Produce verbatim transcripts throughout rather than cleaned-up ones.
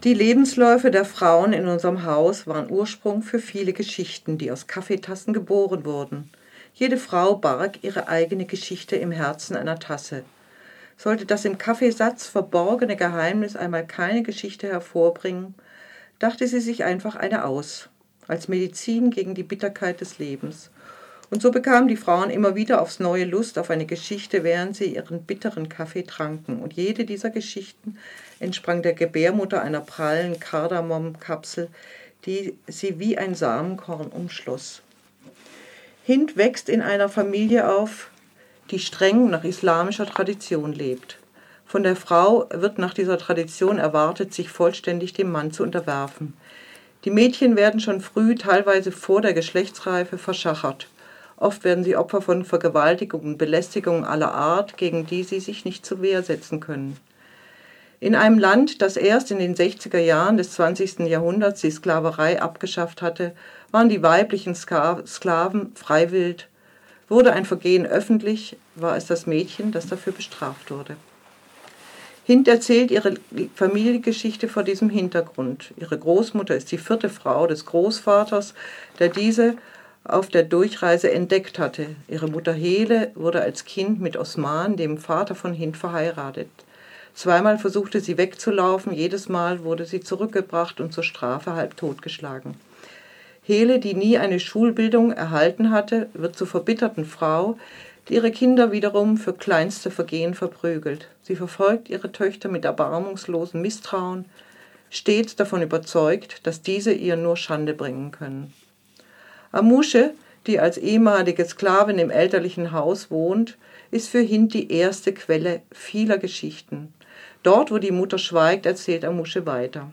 Die Lebensläufe der Frauen in unserem Haus waren Ursprung für viele Geschichten, die aus Kaffeetassen geboren wurden. Jede Frau barg ihre eigene Geschichte im Herzen einer Tasse. Sollte das im Kaffeesatz verborgene Geheimnis einmal keine Geschichte hervorbringen, dachte sie sich einfach eine aus, als Medizin gegen die Bitterkeit des Lebens. Und so bekamen die Frauen immer wieder aufs neue Lust auf eine Geschichte, während sie ihren bitteren Kaffee tranken. Und jede dieser Geschichten entsprang der Gebärmutter einer prallen Kardamomkapsel, die sie wie ein Samenkorn umschloss. Hind wächst in einer Familie auf, die streng nach islamischer Tradition lebt. Von der Frau wird nach dieser Tradition erwartet, sich vollständig dem Mann zu unterwerfen. Die Mädchen werden schon früh, teilweise vor der Geschlechtsreife, verschachert. Oft werden sie Opfer von Vergewaltigungen und Belästigungen aller Art, gegen die sie sich nicht zur Wehr setzen können. In einem Land, das erst in den sechziger Jahren des zwanzigsten Jahrhunderts die Sklaverei abgeschafft hatte, waren die weiblichen Sklaven freiwillig. Wurde ein Vergehen öffentlich, war es das Mädchen, das dafür bestraft wurde. Hind erzählt ihre Familiengeschichte vor diesem Hintergrund. Ihre Großmutter ist die vierte Frau des Großvaters, der diese auf der Durchreise entdeckt hatte. Ihre Mutter Hele wurde als Kind mit Osman, dem Vater von Hind, verheiratet. Zweimal versuchte sie wegzulaufen, jedes Mal wurde sie zurückgebracht und zur Strafe halb totgeschlagen. Hele, die nie eine Schulbildung erhalten hatte, wird zur verbitterten Frau, die ihre Kinder wiederum für kleinste Vergehen verprügelt. Sie verfolgt ihre Töchter mit erbarmungslosem Misstrauen, stets davon überzeugt, dass diese ihr nur Schande bringen können. Amusche, die als ehemalige Sklavin im elterlichen Haus wohnt, ist für Hind die erste Quelle vieler Geschichten. Dort, wo die Mutter schweigt, erzählt Amusche weiter.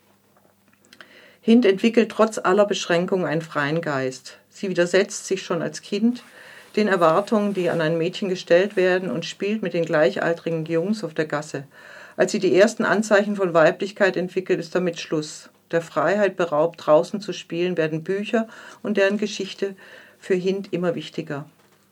Hind entwickelt trotz aller Beschränkungen einen freien Geist. Sie widersetzt sich schon als Kind den Erwartungen, die an ein Mädchen gestellt werden, und spielt mit den gleichaltrigen Jungs auf der Gasse. Als sie die ersten Anzeichen von Weiblichkeit entwickelt, ist damit Schluss. Der Freiheit beraubt, draußen zu spielen, werden Bücher und deren Geschichte für Hind immer wichtiger.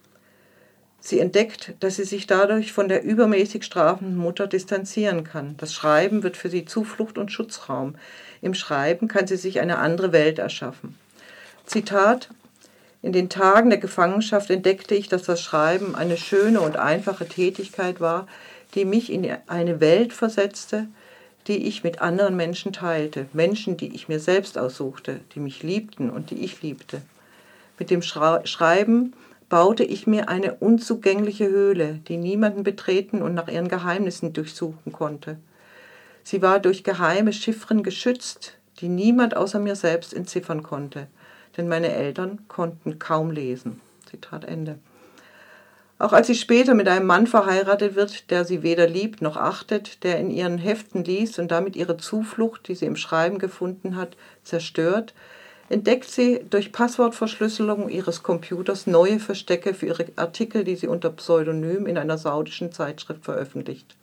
Sie entdeckt, dass sie sich dadurch von der übermäßig strafenden Mutter distanzieren kann. Das Schreiben wird für sie Zuflucht und Schutzraum. Im Schreiben kann sie sich eine andere Welt erschaffen. Zitat: In den Tagen der Gefangenschaft entdeckte ich, dass das Schreiben eine schöne und einfache Tätigkeit war, die mich in eine Welt versetzte, die ich mit anderen Menschen teilte, Menschen, die ich mir selbst aussuchte, die mich liebten und die ich liebte. Mit dem Schreiben baute ich mir eine unzugängliche Höhle, die niemanden betreten und nach ihren Geheimnissen durchsuchen konnte. Sie war durch geheime Chiffren geschützt, die niemand außer mir selbst entziffern konnte, denn meine Eltern konnten kaum lesen. Zitat Ende. Auch als sie später mit einem Mann verheiratet wird, der sie weder liebt noch achtet, der in ihren Heften liest und damit ihre Zuflucht, die sie im Schreiben gefunden hat, zerstört, entdeckt sie durch Passwortverschlüsselung ihres Computers neue Verstecke für ihre Artikel, die sie unter Pseudonym in einer saudischen Zeitschrift veröffentlicht.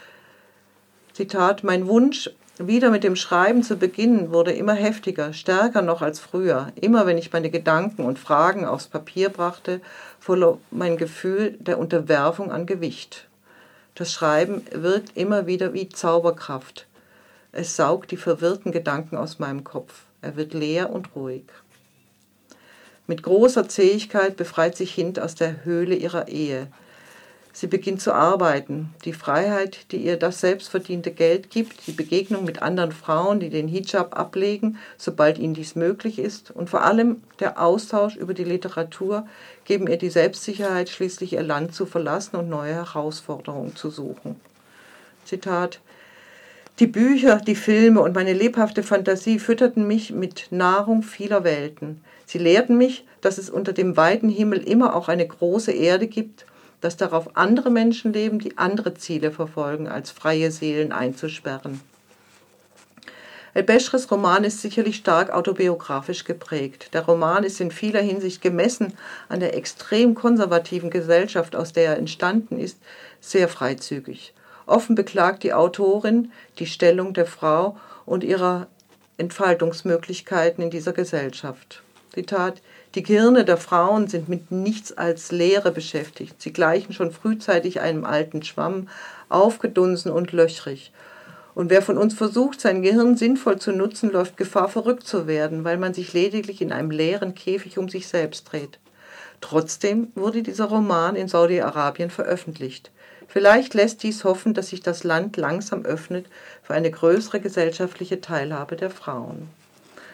Zitat: Mein Wunsch, wieder mit dem Schreiben zu beginnen, wurde immer heftiger, stärker noch als früher. Immer wenn ich meine Gedanken und Fragen aufs Papier brachte, verlor mein Gefühl der Unterwerfung an Gewicht. Das Schreiben wirkt immer wieder wie Zauberkraft. Es saugt die verwirrten Gedanken aus meinem Kopf. Er wird leer und ruhig. Mit großer Zähigkeit befreit sich Hind aus der Höhle ihrer Ehe. Sie beginnt zu arbeiten. Die Freiheit, die ihr das selbstverdiente Geld gibt, die Begegnung mit anderen Frauen, die den Hijab ablegen, sobald ihnen dies möglich ist, und vor allem der Austausch über die Literatur geben ihr die Selbstsicherheit, schließlich ihr Land zu verlassen und neue Herausforderungen zu suchen. Zitat: Die Bücher, die Filme und meine lebhafte Fantasie fütterten mich mit Nahrung vieler Welten. Sie lehrten mich, dass es unter dem weiten Himmel immer auch eine große Erde gibt, dass darauf andere Menschen leben, die andere Ziele verfolgen, als freie Seelen einzusperren. El-Beschrs Roman ist sicherlich stark autobiografisch geprägt. Der Roman ist in vieler Hinsicht gemessen an der extrem konservativen Gesellschaft, aus der er entstanden ist, sehr freizügig. Offen beklagt die Autorin die Stellung der Frau und ihrer Entfaltungsmöglichkeiten in dieser Gesellschaft. Zitat: Die Gehirne der Frauen sind mit nichts als Leere beschäftigt. Sie gleichen schon frühzeitig einem alten Schwamm, aufgedunsen und löchrig. Und wer von uns versucht, sein Gehirn sinnvoll zu nutzen, läuft Gefahr, verrückt zu werden, weil man sich lediglich in einem leeren Käfig um sich selbst dreht. Trotzdem wurde dieser Roman in Saudi-Arabien veröffentlicht. Vielleicht lässt dies hoffen, dass sich das Land langsam öffnet für eine größere gesellschaftliche Teilhabe der Frauen.